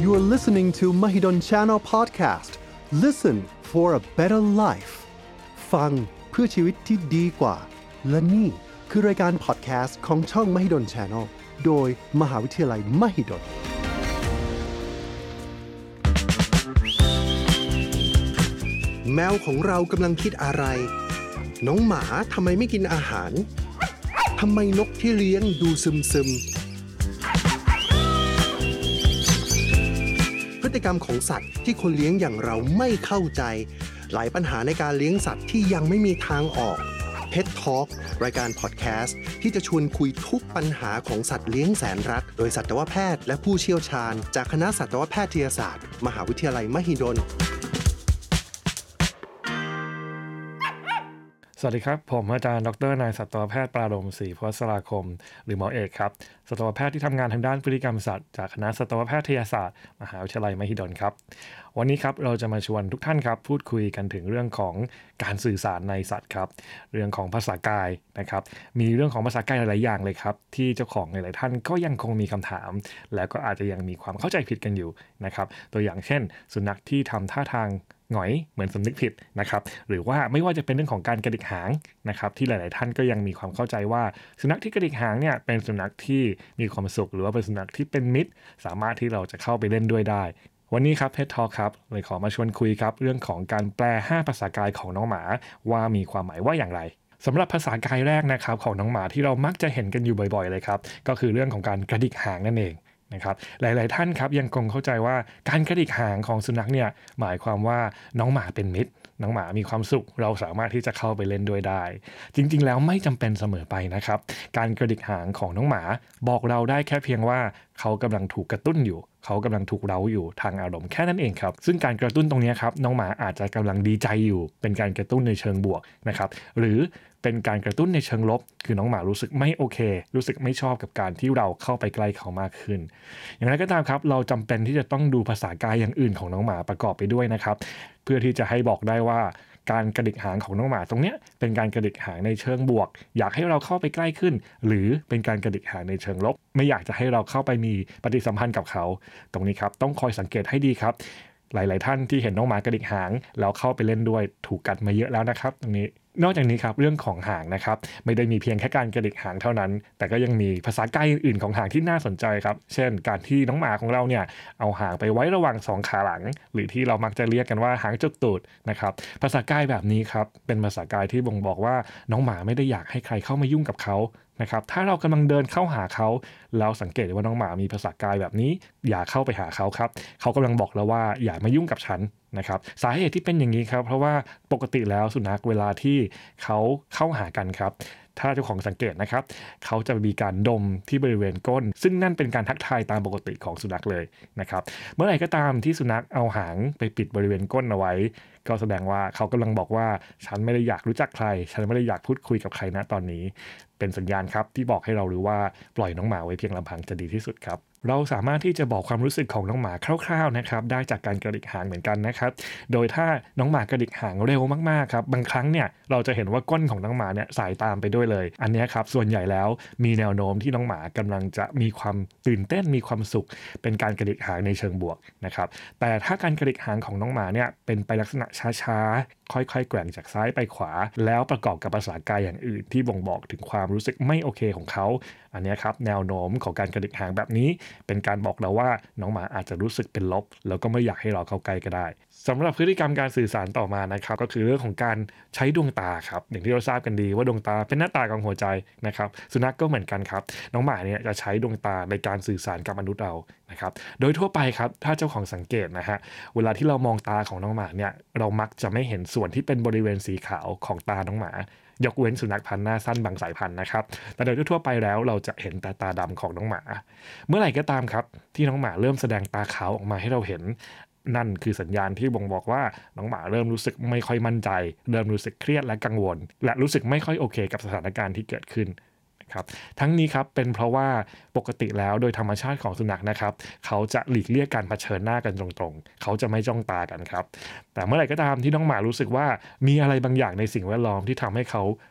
You are listening to Mahidol Channel Podcast. Listen for a better life. ฟังเพื่อชีวิตที่ดีกว่าและนี่คือรายการ podcast ของช่อง Mahidol Channel โดยมหาวิทยาลัย Mahidolแมวของเรากำลังคิดอะไรน้องหมาทำไมไม่กินอาหารทำไมนกที่เลี้ยงดูซึมพฤติกรรมของสัตว์ที่คนเลี้ยงอย่างเราไม่เข้าใจหลายปัญหาในการเลี้ยงสัตว์ที่ยังไม่มีทางออก Pet Talk รายการพอดแคสต์ที่จะชวนคุยทุกปัญหาของสัตว์เลี้ยงแสนรักโดยสัตวแพทย์และผู้เชี่ยวชาญจากคณะสัตวแพทยศาสตร์มหาวิทยาลัยมหิดลสวัสดีครับผมอาจารย์ดร.นายสัตวแพทย์ปราดมศรีพัสราคมหรือหมอเอกครับสัตวแพทย์ที่ทำงานทางด้านพฤติกรรมสัตว์จากคณะสัตวแพทยศาสตร์มหาวิทยาลัยมหิดลครับวันนี้ครับเราจะมาชวนทุกท่านครับพูดคุยกันถึงเรื่องของการสื่อสารในสัตว์ครับเรื่องของภาษากายนะครับมีเรื่องของภาษากายหลายๆอย่างเลยครับที่เจ้าของหลายๆท่านก็ยังคงมีคำถามและก็อาจจะยังมีความเข้าใจผิดกันอยู่นะครับตัวอย่างเช่นสุนัขที่ทำท่าทางหงอยเหมือนสำนึกผิดนะครับหรือว่าไม่ว่าจะเป็นเรื่องของการกระดิกหางนะครับที่หลายๆท่านก็ยังมีความเข้าใจว่าสุนัขที่กระดิกหางเนี่ยเป็นสุนัขที่มีความสุขหรือว่าเป็นสุนัขที่เป็นมิตรสามารถที่เราจะเข้าไปเล่นด้วยได้วันนี้ครับ Pet Talk ครับเลยขอมาชวนคุยครับเรื่องของการแปล5ภาษากายของน้องหมาว่ามีความหมายว่าอย่างไรสำหรับภาษากายแรกนะครับของน้องหมาที่เรามักจะเห็นกันอยู่บ่อยๆเลยครับก็คือเรื่องของการกระดิกหางนั่นเองนะครับหลายๆท่านครับยังคงเข้าใจว่าการกระดิกหางของสุนัขเนี่ยหมายความว่าน้องหมาเป็นมิตรน้องหมามีความสุขเราสามารถที่จะเข้าไปเล่นด้วยได้จริงๆแล้วไม่จำเป็นเสมอไปนะครับการกระดิกหางของน้องหมาบอกเราได้แค่เพียงว่าเขากำลังถูกกระตุ้นอยู่เขากำลังถูกเร้าอยู่ทางอารมณ์แค่นั้นเองครับซึ่งการกระตุ้นตรงนี้ครับน้องหมาอาจจะกำลังดีใจอยู่เป็นการกระตุ้นในเชิงบวกนะครับหรือเป็นการกระตุ้นในเชิงลบคือน้องหมารู้สึกไม่โอเครู้สึกไม่ชอบกับการที่เราเข้าไปใกล้เขามากขึ้นอย่างไรก็ตามครับเราจำเป็นที่จะต้องดูภาษากายอย่างอื่นของน้องหมาประกอบไปด้วยนะครับเพื่อที่จะให้บอกได้ว่าการกระดิกหางของน้องหมาตรงนี้เป็นการกระดิกหางในเชิงบวกอยากให้เราเข้าไปใกล้ขึ้นหรือเป็นการกระดิกหางในเชิงลบไม่อยากจะให้เราเข้าไปมีปฏิสัมพันธ์กับเขาตรงนี้ครับต้องคอยสังเกตให้ดีครับหลายๆท่านที่เห็นน้องหมากระดิกหางแล้วเข้าไปเล่นด้วยถูกกัดมาเยอะแล้วนะครับตรงนี้นอกจากนี้ครับเรื่องของหางนะครับไม่ได้มีเพียงแค่การกระดิกหางเท่านั้นแต่ก็ยังมีภาษากายอื่นๆของหางที่น่าสนใจครับเช่นการที่น้องหมาของเราเนี่ยเอาหางไปไว้ระหว่าง2ขาหลังหรือที่เรามักจะเรียกกันว่าหางจุกตูดนะครับภาษากายแบบนี้ครับเป็นภาษากายที่บ่งบอกว่าน้องหมาไม่ได้อยากให้ใครเข้ามายุ่งกับเขานะครับถ้าเรากำลังเดินเข้าหาเขาแล้วสังเกตว่าน้องหมามีภาษากายแบบนี้อย่าเข้าไปหาเขาครับเขากำลังบอกเราว่าอย่ามายุ่งกับฉันนะครับสาเหตุที่เป็นอย่างนี้ครับเพราะว่าปกติแล้วสุนัขเวลาที่เขาเข้าหากันครับถ้าเจ้าของสังเกตนะครับเขาจะมีการดมที่บริเวณก้นซึ่งนั่นเป็นการทักทายตามปกติของสุนัขเลยนะครับเมื่อไหร่ก็ตามที่สุนัขเอาหางไปปิดบริเวณก้นเอาไว้ก็แสดงว่าเขากำลังบอกว่าฉันไม่ได้อยากรู้จักใครฉันไม่ได้อยากพูดคุยกับใครนะตอนนี้เป็นสัญญาณครับที่บอกให้เรารู้ว่าปล่อยน้องหมาไว้เพียงลำพังจะดีที่สุดครับเราสามารถที่จะบอกความรู้สึกของน้องหมาคร่าวๆนะครับได้จากการกระดิกหางเหมือนกันนะครับโดยถ้าน้องหมากระดิกหางเร็วมากๆครับบางครั้งเนี่ยเราจะเห็นว่าก้นของน้องหมาเนี่ยสายตามไปด้วยเลยอันนี้ครับส่วนใหญ่แล้วมีแนวโน้มที่น้องหมากำลังจะมีความตื่นเต้นมีความสุขเป็นการกระดิกหางในเชิงบวกนะครับแต่ถ้าการกระดิกหางของน้องหมาเนี่ยเป็นไปลักษณะช้าๆค่อยๆแกว่งจากซ้ายไปขวาแล้วประกอบกับภาษากายอย่างอื่นที่บ่งบอกถึงความรู้สึกไม่โอเคของเขาอันนี้ครับแนวโน้มของการกระดิกหางแบบนี้เป็นการบอกเราว่าน้องหมาอาจจะรู้สึกเป็นลบแล้วก็ไม่อยากให้เราเข้าใกล้ก็ได้สำหรับพฤติกรรมการสื่อสารต่อมานะครับก็คือเรื่องของการใช้ดวงตาครับอย่างที่เราทราบกันดีว่าดวงตาเป็นหน้าตาของหัวใจนะครับสุนัขก็เหมือนกันครับน้องหมาเนี่ยจะใช้ดวงตาในการสื่อสารกับมนุษย์เรานะครับโดยทั่วไปครับถ้าเจ้าของสังเกตนะฮะเวลาที่เรามองตาของน้องหมาเนี่ยเรามักจะไม่เห็นส่วนที่เป็นบริเวณสีขาวของตาน้องหมายกเว้นสุนัขพันธุ์หน้าสั้นบางสายพันธุ์นะครับแต่โดยทั่วไปแล้วเราจะเห็นแต่ตาดำของน้องหมาเมื่อไหร่ก็ตามครับที่น้องหมาเริ่มแสดงตาขาวออกมาให้เราเห็นนั่นคือสัญญาณที่บ่งบอกว่าน้องหมาเริ่มรู้สึกไม่ค่อยมั่นใจเริ่มรู้สึกเครียดและกังวลและรู้สึกไม่ค่อยโอเคกับสถานการณ์ที่เกิดขึ้นครับทั้งนี้ครับเป็นเพราะว่าปกติแล้วโดยธรรมชาติของสุนัขนะครับเขาจะหลีกเลี่ยงการเผชิญหน้ากันตรงๆเขาจะไม่จ้องตากันครับแต่เมื่อไหร่ก็ตามที่น้องหมารู้สึกว่ามีอะไรบางอย่างในสิ่งแวดล้อมที่ทำให้เขา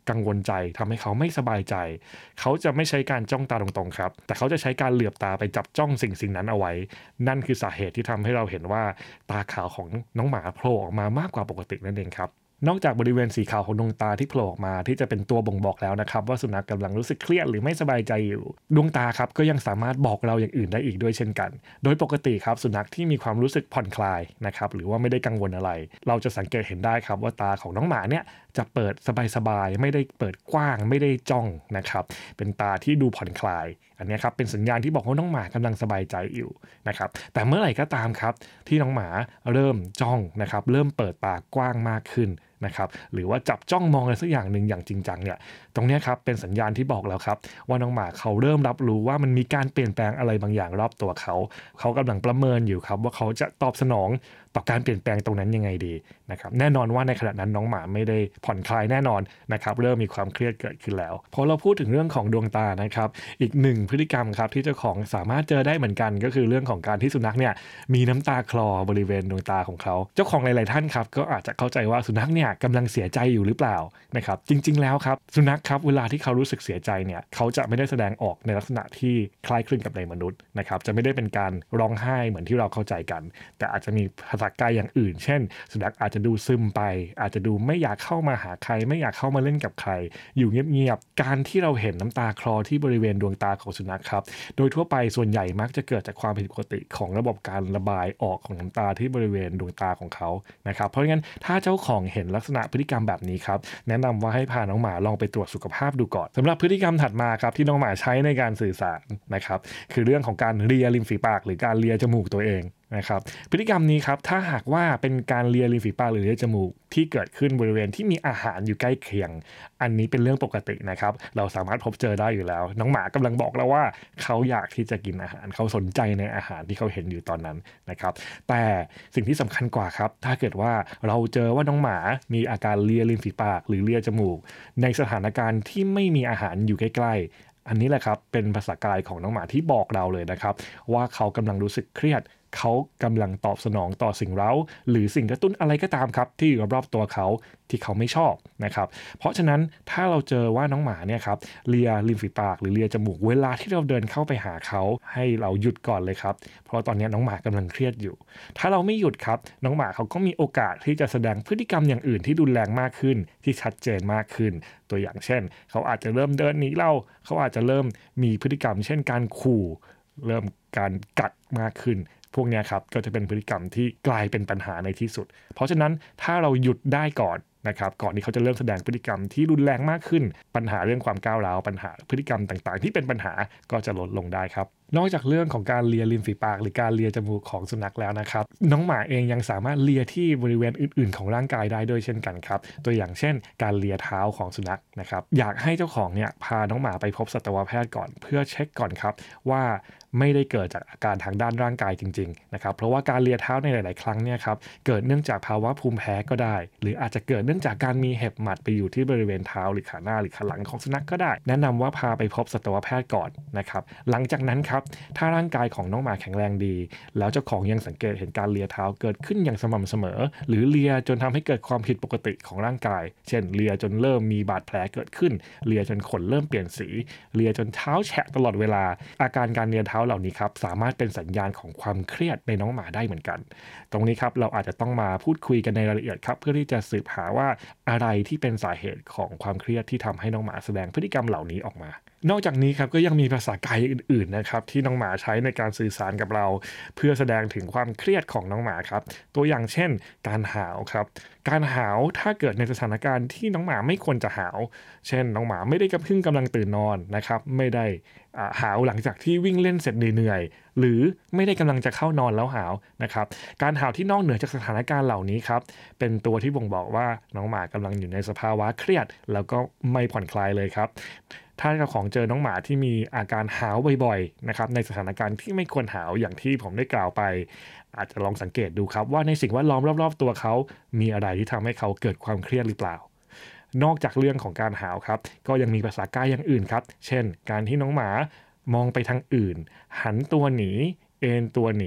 กังวลใจทำให้เขาไม่สบายใจเขาจะไม่ใช้การจ้องตาตรงๆครับแต่เขาจะใช้การเหลือบตาไปจับจ้องสิ่งนั้นเอาไว้นั่นคือสาเหตุที่ทำให้เราเห็นว่าตาขาวของน้องหมาโผล่ออกมามากกว่าปกตินั่นเองครับนอกจากบริเวณสีขาวของดวงตาที่โผล่ออกมาที่จะเป็นตัวบ่งบอกแล้วนะครับว่าสุนัขกำลังรู้สึกเครียดหรือไม่สบายใจอยู่ดวงตาครับก็ยังสามารถบอกเราอย่างอื่นได้อีกด้วยเช่นกันโดยปกติครับสุนัขที่มีความรู้สึกผ่อนคลายนะครับหรือว่าไม่ได้กังวลอะไรเราจะสังเกตเห็นได้ครับว่าตาของน้องหมาเนี่ยจะเปิดสบายๆไม่ได้เปิดกว้างไม่ได้จ้องนะครับเป็นตาที่ดูผ่อนคลายอันนี้ครับเป็นสัญญาณที่บอกว่าน้องหมากำลังสบายใจอยู่นะครับแต่เมื่อไหร่ก็ตามครับที่น้องหมาเริ่มจ้องนะครับเริ่มเปิดตากว้างมากขึ้นนะครับหรือว่าจับจ้องมองอะไรสักอย่างหนึ่งอย่างจริงจังเนี่ยตรงนี้ครับเป็นสัญญาณที่บอกแล้วครับว่าน้องหมาเขาเริ่มรับรู้ว่ามันมีการเปลี่ยนแปลงอะไรบางอย่างรอบตัวเขากำลังประเมินอยู่ครับว่าเขาจะตอบสนองต่อการเปลี่ยนแปลงตรงนั้นยังไงดีนะครับแน่นอนว่าในขณะนั้นน้องหมาไม่ได้ผ่อนคลายแน่นอนนะครับเริ่มมีความเครียดเกิดขึ้นแล้วพอเราพูดถึงเรื่องของดวงตานะครับอีกหนึ่งพฤติกรรมครับที่เจ้าของสามารถเจอได้เหมือนกันก็คือเรื่องของการที่สุนัขเนี่ยมีน้ำตาคลอบริเวณดวงตาของเขาเจ้าของหลายๆท่านครับก็อาจจะเข้าใจว่าสุนัขเนี่ยกำลังเสียใจอยู่หรือเปล่านะครับจริงๆแล้วครับสุนัขครับเวลาที่เขารู้สึกเสียใจเนี่ยเขาจะไม่ได้แสดงออกในลักษณะที่คล้ายคลึงกับในมนุษย์นะครับจะไม่ได้เป็นการร้องไห้เหมือนที่เราเข้าใจกันแต่อาจจะมีภาษากายอย่างอื่นเช่นสุนัขอาจจะดูซึมไปอาจจะดูไม่อยากเข้ามาหาใครไม่อยากเข้ามาเล่นกับใครอยู่เงียบๆการที่เราเห็นน้ำตาคลอที่บริเวณดวงตาของสุนัขครับโดยทั่วไปส่วนใหญ่มักจะเกิดจากความผิดปกติของระบบการระบายออกของน้ำตาที่บริเวณดวงตาของเขานะครับเพราะงั้นถ้าเจ้าของเห็นลักษณะพฤติกรรมแบบนี้ครับแนะนำว่าให้พาน้องหมาลองไปตรวจสุขภาพดูก่อนสำหรับพฤติกรรมถัดมาครับที่น้องหมาใช้ในการสื่อสารนะครับคือเรื่องของการเลียริมฝีปากหรือการเลียจมูกตัวเองนะครับพฤติกรรมนี้ครับถ้าหากว่าเป็นการเลียริมฝีปากหรือเลียจมูกที่เกิดขึ้นบริเวณที่มีอาหารอยู่ใกล้เคียงอันนี้เป็นเรื่องปกตินะครับเราสามารถพบเจอได้อยู่แล้วน้องหมากำลังบอกเราว่าเขาอยากที่จะกินอาหารเขาสนใจในอาหารที่เขาเห็นอยู่ตอนนั้นนะครับแต่สิ่งที่สำคัญกว่าครับถ้าเกิดว่าเราเจอว่าน้องหมามีอาการเลียริมฝีปากหรือเลียจมูกในสถานการณ์ที่ไม่มีอาหารอยู่ใกล้ๆอันนี้แหละครับเป็นภาษากายของน้องหมาที่บอกเราเลยนะครับว่าเขากำลังรู้สึกเครียดเขากำลังตอบสนองต่อสิ่งเร้าหรือสิ่งกระตุ้นอะไรก็ตามครับที่อยู่รอบๆตัวเขาที่เขาไม่ชอบนะครับเพราะฉะนั้นถ้าเราเจอว่าน้องหมาเนี่ยครับเลียริมฝีปากหรือเลียจมูกเวลาที่เราเดินเข้าไปหาเขาให้เราหยุดก่อนเลยครับเพราะตอนนี้น้องหมากำลังเครียดอยู่ถ้าเราไม่หยุดครับน้องหมาเขาก็มีโอกาสที่จะแสดงพฤติกรรมอย่างอื่นที่รุนแรงมากขึ้นที่ชัดเจนมากขึ้นตัวอย่างเช่นเขาอาจจะเริ่มเดินหนีเราเขาอาจจะเริ่มมีพฤติกรรมเช่นการขู่เริ่มการกัดมากขึ้นพวกนี้ครับก็จะเป็นพฤติกรรมที่กลายเป็นปัญหาในที่สุดเพราะฉะนั้นถ้าเราหยุดได้ก่อนนะครับก่อนที่เขาจะเริ่มแสดงพฤติกรรมที่รุนแรงมากขึ้นปัญหาเรื่องความก้าวร้าวปัญหาพฤติกรรมต่างๆที่เป็นปัญหาก็จะลดลงได้ครับนอกจากเรื่องของการเลียริมฝีปากหรือการเลียจมูกของสุนัขแล้วนะครับน้องหมาเองยังสามารถเลียที่บริเวณอื่นๆของร่างกายได้ด้วยเช่นกันครับตัวอย่างเช่นการเลียเท้าของสุนัขนะครับอยากให้เจ้าของเนี่ยพาน้องหมาไปพบสัตวแพทย์ก่อนเพื่อเช็คก่อนครับว่าไม่ได้เกิดจากอาการทางด้านร่างกายจริงๆนะครับเพราะว่าการเลียเท้าในหลายๆครั้งเนี่ยครับเกิดเนื่องจากภาวะภูมิแพ้ก็ได้หรืออาจจะเกิดเนื่องจากการมีเห็บหมัดไปอยู่ที่บริเวณเท้าหรือขาหน้าหรือขาหลังของสุนัขก็ได้แนะนำว่าพาไปพบสัตวแพทย์ก่อนนะครับหลังจากนั้นครับถ้าร่างกายของน้องหมาแข็งแรงดีแล้วเจ้าของยังสังเกตเห็นการเลียเท้าเกิดขึ้นอย่างสม่ำเสมอหรือเลียจนทำให้เกิดความผิดปกติของร่างกายเช่นเลียจนเริ่มมีบาดแผลเกิดขึ้นเลียจนขนเริ่มเปลี่ยนสีเลียจนเท้าแฉะตลอดเวลาอาการการเลียเท้าเหล่านี้ครับสามารถเป็นสัญญาณของความเครียดในน้องหมาได้เหมือนกันตรงนี้ครับเราอาจจะต้องมาพูดคุยกันในรายละเอียดครับเพื่อที่จะสืบหาว่าอะไรที่เป็นสาเหตุของความเครียดที่ทำให้น้องหมาแสดงพฤติกรรมเหล่านี้ออกมานอกจากนี้ครับก็ยังมีภาษากายอื่นๆนะครับที่น้องหมาใช้ในการสื่อสารกับเราเพื่อแสดงถึงความเครียดของน้องหมาครับตัวอย่างเช่นการหาวครับการหาวถ้าเกิดในสถานการณ์ที่น้องหมาไม่ควรจะหาวเช่นน้องหมาไม่ได้กำลังตื่นนอนนะครับไม่ได้หาวหลังจากที่วิ่งเล่นเสร็จเหนื่อยหรือไม่ได้กำลังจะเข้านอนแล้วหาวนะครับการหาวที่นอกเหนือจากสถานการณ์เหล่านี้ครับเป็นตัวที่บ่งบอกว่าน้องหมากำลังอยู่ในสภาวะเครียดแล้วก็ไม่ผ่อนคลายเลยครับถ้าเจ้าของเจอน้องหมาที่มีอาการหาวบ่อยๆนะครับในสถานการณ์ที่ไม่ควรหาวอย่างที่ผมได้กล่าวไปอาจจะลองสังเกตดูครับว่าในสิ่งแวดล้อมรอบๆตัวเขามีอะไรที่ทำให้เขาเกิดความเครียดหรือเปล่านอกจากเรื่องของการหาวครับก็ยังมีภาษากายอย่างอื่นครับเช่นการที่น้องหมามองไปทางอื่นหันตัวหนีเอนตัวหนี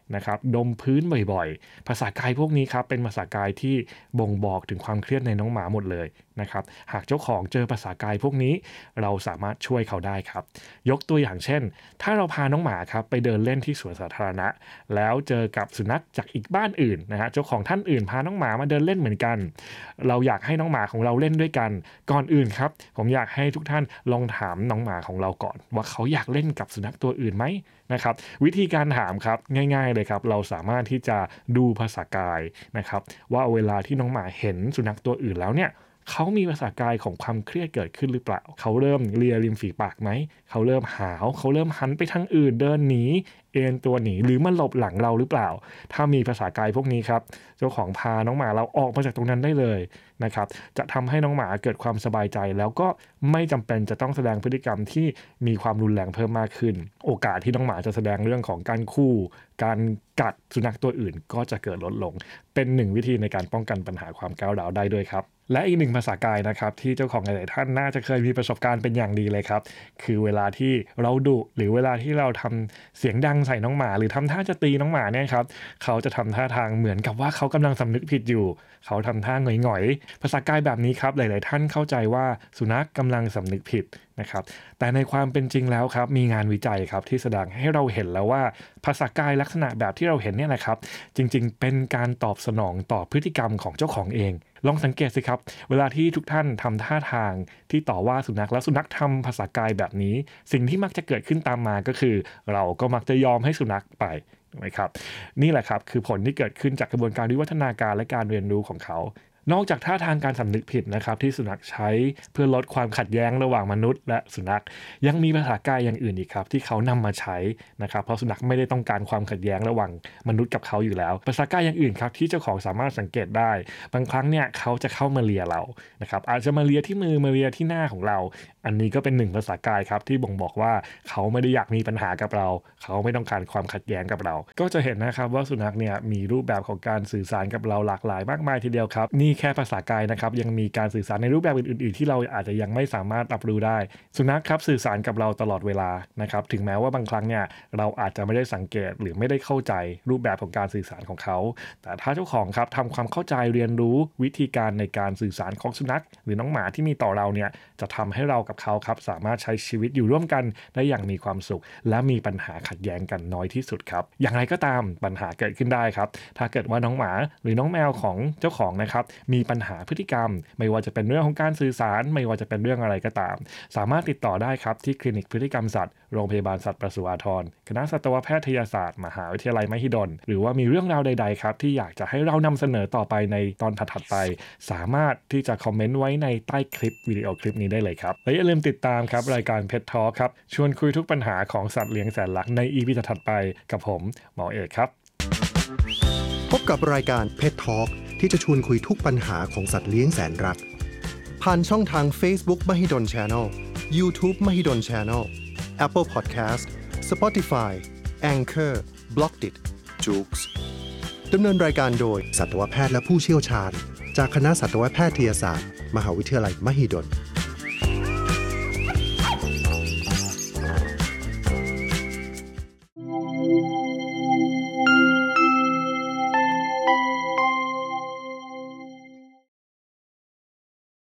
นะครับดมพื้นบ่อยๆภาษากายพวกนี้ครับเป็นภาษากายที่บ่งบอกถึงความเครียดในน้องหมาหมดเลยนะครับหากเจ้าของเจอภาษากายพวกนี้เราสามารถช่วยเขาได้ครับยกตัวอย่างเช่นถ้าเราพาน้องหมาครับไปเดินเล่นที่สวนสาธารณะแล้วเจอกับสุนัขจากอีกบ้านอื่นนะฮะเจ้าของท่านอื่นพาน้องหมามาเดินเล่นเหมือนกันเราอยากให้น้องหมาของเราเล่นด้วยกันก่อนอื่นครับผมอยากให้ทุกท่านลองถามน้องหมาของเราก่อนว่าเขาอยากเล่นกับสุนัขตัวอื่นไหมนะครับวิธีการถามครับง่ายๆเลยครับเราสามารถที่จะดูภาษากายนะครับว่าเวลาที่น้องหมาเห็นสุนัขตัวอื่นแล้วเนี่ยเขามีภาษากายของความเครียดเกิดขึ้นหรือเปล่าเขาเริ่มเลียริมฝีปากไหมเขาเริ่มหาวเขาเริ่มหันไปทางอื่นเดินหนีเอ็นตัวหนีหรือมันหลบหลังเราหรือเปล่าถ้ามีภาษากายพวกนี้ครับเจ้าของพาน้องหมาเราออกมาจากตรงนั้นได้เลยนะครับจะทำให้น้องหมาเกิดความสบายใจแล้วก็ไม่จำเป็นจะต้องแสดงพฤติกรรมที่มีความรุนแรงเพิ่มมากขึ้นโอกาสที่น้องหมาจะแสดงเรื่องของการคู่การกัดสุนัขตัวอื่นก็จะเกิดลดลงเป็นหนึ่งวิธีในการป้องกันปัญหาความก้าวร้าวได้ด้วยครับและอีกหนึ่งภาษากายนะครับที่เจ้าของหลายๆท่านน่าจะเคยมีประสบการณ์เป็นอย่างดีเลยครับคือเวลาที่เราดุหรือเวลาที่เราทำเสียงดังใส่น้องหมาหรือทำท่าจะตีน้องหมาเนี่ยครับเขาจะทำท่าทางเหมือนกับว่าเขากำลังสำนึกผิดอยู่เขาทำท่าหงอยๆภาษากายแบบนี้ครับหลายๆท่านเข้าใจว่าสุนัขกำลังสำนึกผิดนะครับแต่ในความเป็นจริงแล้วครับมีงานวิจัยครับที่แสดงให้เราเห็นแล้วว่าภาษากายลักษณะแบบที่เราเห็นเนี่ยนะครับจริงๆเป็นการตอบสนองต่อพฤติกรรมของเจ้าของเองลองสังเกตสิครับเวลาที่ทุกท่านทำท่าทางที่ต่อว่าสุนัขแล้วสุนัขทำภาษากายแบบนี้สิ่งที่มักจะเกิดขึ้นตามมาก็คือเราก็มักจะยอมให้สุนัขไปนะครับนี่แหละครับคือผลที่เกิดขึ้นจากกระบวนการวิวัฒนาการและการเรียนรู้ของเขานอกจากท่าทางการสำนึกผิดนะครับที่สุนัขใช้เพื่อลดความขัดแย้งระหว่างมนุษย์และสุนัขยังมีภาษากายอย่างอื่นอีกครับที่เขานำมาใช้นะครับเพราะสุนัขไม่ได้ต้องการความขัดแย้งระหว่างมนุษย์กับเขาอยู่แล้วภาษากายอย่างอื่นครับที่เจ้าของสามารถสังเกตได้บางครั้งเนี่ยเขาจะเข้ามาเลียเรานะครับอาจจะมาเลียที่มือมาเลียที่หน้าของเราอันนี้ก็เป็นหนึ่งภาษากายครับที่บ่งบอกว่าเขาไม่ได้อยากมีปัญหากับเราเขาไม่ต้องการความขัดแย้งกับเราก็จะเห็นนะครับว่าสุนัขเนี่ยมีรูปแบบของการสื่อสารกับเราหลากหลายมากมายทีเดียวครับนี่แค่ภาษากายนะครับยังมีการสื่อสารในรูปแบบอื่นๆที่เราอาจจะยังไม่สามารถรับรู้ได้สุนัขครับสื่อสารกับเราตลอดเวลานะครับถึงแม้ว่าบางครั้งเนี่ยเราอาจจะไม่ได้สังเกตหรือไม่ได้เข้าใจรูปแบบของการสื่อสารของเขาแต่ถ้าเจ้าของครับทำความเข้าใจเรียนรู้วิธีการในการสื่อสารของสุนัขหรือน้องหมาที่มีต่อเราเนี่ยจะทำให้เรากับเขาครับสามารถใช้ชีวิตอยู่ร่วมกันได้อย่างมีความสุขและมีปัญหาขัดแย้งกันน้อยที่สุดครับอย่างไรก็ตามปัญหาเกิดขึ้นได้ครับถ้าเกิดว่าน้องหมาหรือน้องแมวของเจ้าของนะครับมีปัญหาพฤติกรรมไม่ว่าจะเป็นเรื่องของการสื่อสารไม่ว่าจะเป็นเรื่องอะไรก็ตามสามารถติดต่อได้ครับที่คลินิกพฤติกรรมสัตว์โรงพยาบาลสัตว์ประสุวาทรคณะสัตวแพทยศาสตร์มหาวิทยาลัยมหิดลหรือว่ามีเรื่องราวใดๆครับที่อยากจะให้เรานำเสนอต่อไปในตอนถัดๆไปสามารถที่จะคอมเมนต์ไว้ในใต้คลิปวิดีโอคลิปนี้ได้เลยครับและอย่าลืมติดตามครับรายการ Pet Talk ครับชวนคุยทุกปัญหาของสัตว์เลี้ยงแสนรักใน EP ถัดๆไปกับผมหมอเอกครับพบกับรายการ Pet Talk ที่จะชวนคุยทุกปัญหาของสัตว์เลี้ยงแสนรักผ่านช่องทาง Facebook Mahidol Channel YouTube Mahidol Channel Apple Podcast Spotify Anchor Blockdit Joox ดำเนินรายการโดยสัตวแพทย์และผู้เชี่ยวชาญจากคณะสัตวแพทยศาสตร์มหาวิทยาลัยมหิดล